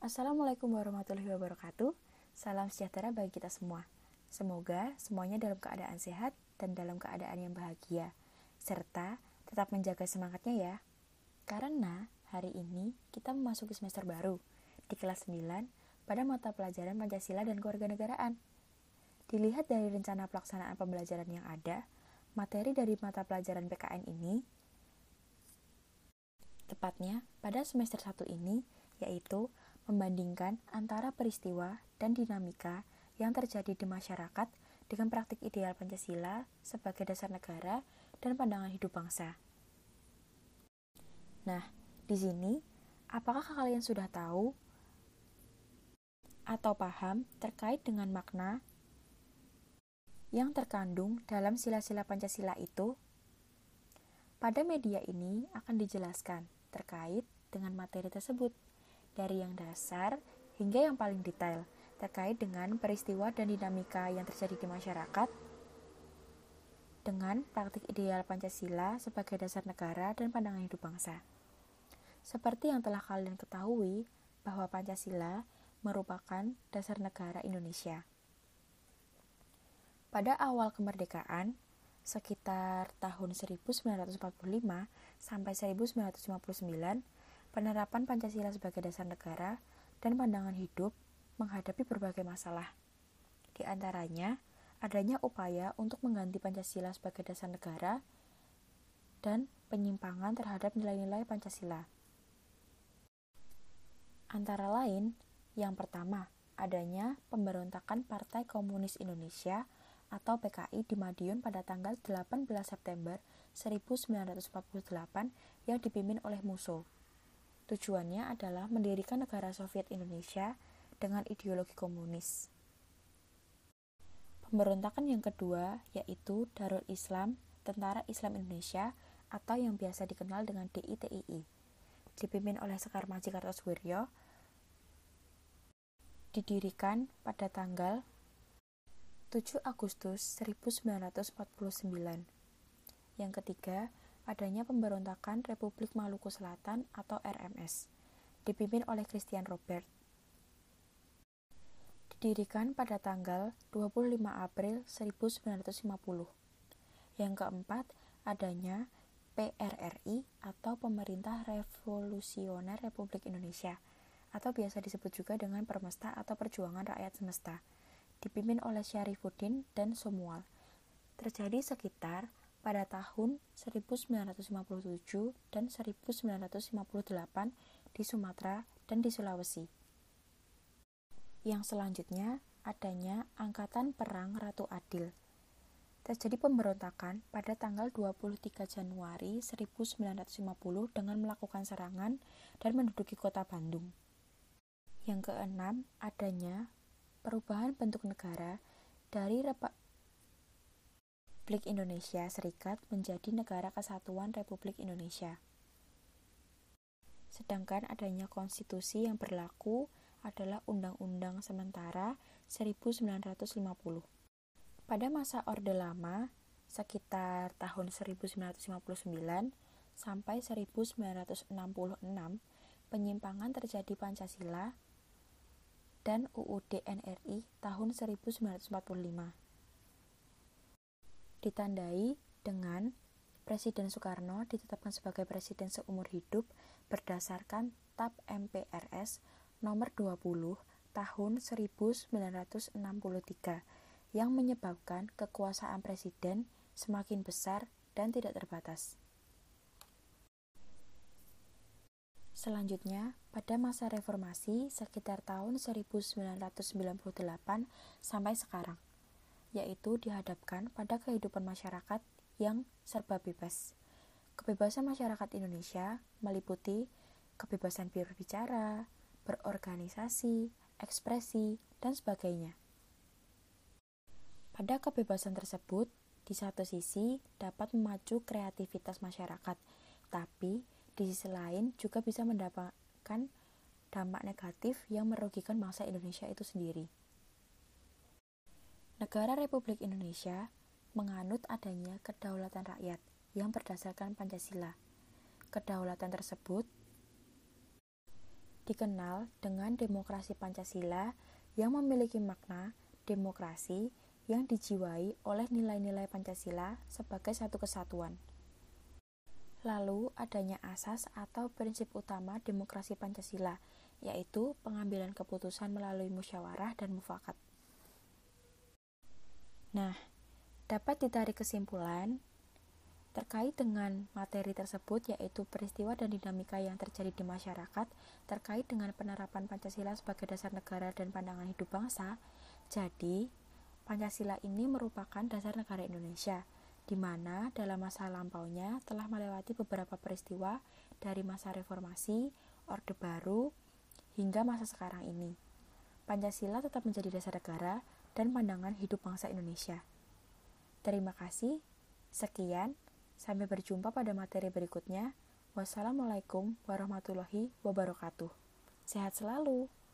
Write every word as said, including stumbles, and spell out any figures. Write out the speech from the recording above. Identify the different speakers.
Speaker 1: Assalamualaikum warahmatullahi wabarakatuh. Salam sejahtera bagi kita semua. Semoga semuanya dalam keadaan sehat dan dalam keadaan yang bahagia, serta tetap menjaga semangatnya ya. Karena hari ini kita memasuki semester baru di kelas sembilan pada mata pelajaran Pancasila dan Kewarganegaraan. Dilihat dari rencana pelaksanaan pembelajaran yang ada, materi dari mata pelajaran P K N ini tepatnya pada semester satu ini yaitu membandingkan antara peristiwa dan dinamika yang terjadi di masyarakat dengan praktik ideal Pancasila sebagai dasar negara dan pandangan hidup bangsa. Nah, di sini apakah kalian sudah tahu atau paham terkait dengan makna yang terkandung dalam sila-sila Pancasila itu? Pada media ini akan dijelaskan terkait dengan materi tersebut, dari yang dasar hingga yang paling detail terkait dengan peristiwa dan dinamika yang terjadi di masyarakat dengan praktik ideal Pancasila sebagai dasar negara dan pandangan hidup bangsa. Seperti yang telah kalian ketahui bahwa Pancasila merupakan dasar negara Indonesia. Pada awal kemerdekaan, sekitar tahun seribu sembilan ratus empat puluh lima sampai seribu sembilan ratus lima puluh sembilan, penerapan Pancasila sebagai dasar negara dan pandangan hidup menghadapi berbagai masalah. Di antaranya, adanya upaya untuk mengganti Pancasila sebagai dasar negara dan penyimpangan terhadap nilai-nilai Pancasila. Antara lain, yang pertama, adanya pemberontakan Partai Komunis Indonesia atau P K I di Madiun pada tanggal delapan belas September seribu sembilan ratus empat puluh delapan yang dipimpin oleh Musso. Tujuannya adalah mendirikan negara Soviet Indonesia dengan ideologi komunis. Pemberontakan yang kedua yaitu Darul Islam, Tentara Islam Indonesia atau yang biasa dikenal dengan D I T I I, dipimpin oleh Sekar Maji Kartosoewirjo, didirikan pada tanggal tujuh Agustus seribu sembilan ratus empat puluh sembilan. Yang ketiga, adanya pemberontakan Republik Maluku Selatan atau R M S, dipimpin oleh Christian Robert. Didirikan pada tanggal dua puluh lima April seribu sembilan ratus lima puluh. Yang keempat, adanya P R R I atau Pemerintah Revolusioner Republik Indonesia, atau biasa disebut juga dengan Permesta atau Perjuangan Rakyat Semesta, dipimpin oleh Syarifuddin dan Somual. Terjadi sekitar pada tahun seribu sembilan ratus lima puluh tujuh dan seribu sembilan ratus lima puluh delapan di Sumatera dan di Sulawesi. Yang selanjutnya adanya Angkatan Perang Ratu Adil. Terjadi pemberontakan pada tanggal dua puluh tiga Januari seribu sembilan ratus lima puluh dengan melakukan serangan dan menduduki kota Bandung. Yang keenam adanya perubahan bentuk negara dari Republik Indonesia Serikat menjadi Negara Kesatuan Republik Indonesia. Sedangkan adanya konstitusi yang berlaku adalah Undang-Undang Sementara seribu sembilan ratus lima puluh. Pada masa Orde Lama, sekitar tahun seribu sembilan ratus lima puluh sembilan sampai seribu sembilan ratus enam puluh enam, penyimpangan terjadi Pancasila dan U U D N R I tahun seribu sembilan ratus empat puluh lima. Ditandai dengan Presiden Soekarno ditetapkan sebagai presiden seumur hidup berdasarkan T A P M P R S nomor dua puluh tahun seribu sembilan ratus enam puluh tiga yang menyebabkan kekuasaan presiden semakin besar dan tidak terbatas. Selanjutnya, pada masa reformasi sekitar tahun seribu sembilan ratus sembilan puluh delapan sampai sekarang, yaitu dihadapkan pada kehidupan masyarakat yang serba bebas. Kebebasan masyarakat Indonesia meliputi kebebasan berbicara, berorganisasi, ekspresi, dan sebagainya. Pada kebebasan tersebut, di satu sisi dapat memacu kreativitas masyarakat, tapi di sisi lain juga bisa mendapatkan dampak negatif yang merugikan bangsa Indonesia itu sendiri. Negara Republik Indonesia menganut adanya kedaulatan rakyat yang berdasarkan Pancasila. Kedaulatan tersebut dikenal dengan demokrasi Pancasila yang memiliki makna demokrasi yang dijiwai oleh nilai-nilai Pancasila sebagai satu kesatuan. Lalu adanya asas atau prinsip utama demokrasi Pancasila, yaitu pengambilan keputusan melalui musyawarah dan mufakat. Nah, dapat ditarik kesimpulan terkait dengan materi tersebut, yaitu peristiwa dan dinamika yang terjadi di masyarakat terkait dengan penerapan Pancasila sebagai dasar negara dan pandangan hidup bangsa. Jadi, Pancasila ini merupakan dasar negara Indonesia, di mana dalam masa lampaunya telah melewati beberapa peristiwa dari masa reformasi, Orde Baru, hingga masa sekarang ini. Pancasila tetap menjadi dasar negara dan pandangan hidup bangsa Indonesia. Terima kasih. Sekian, sampai berjumpa pada materi berikutnya. Wassalamualaikum warahmatullahi wabarakatuh. Sehat selalu.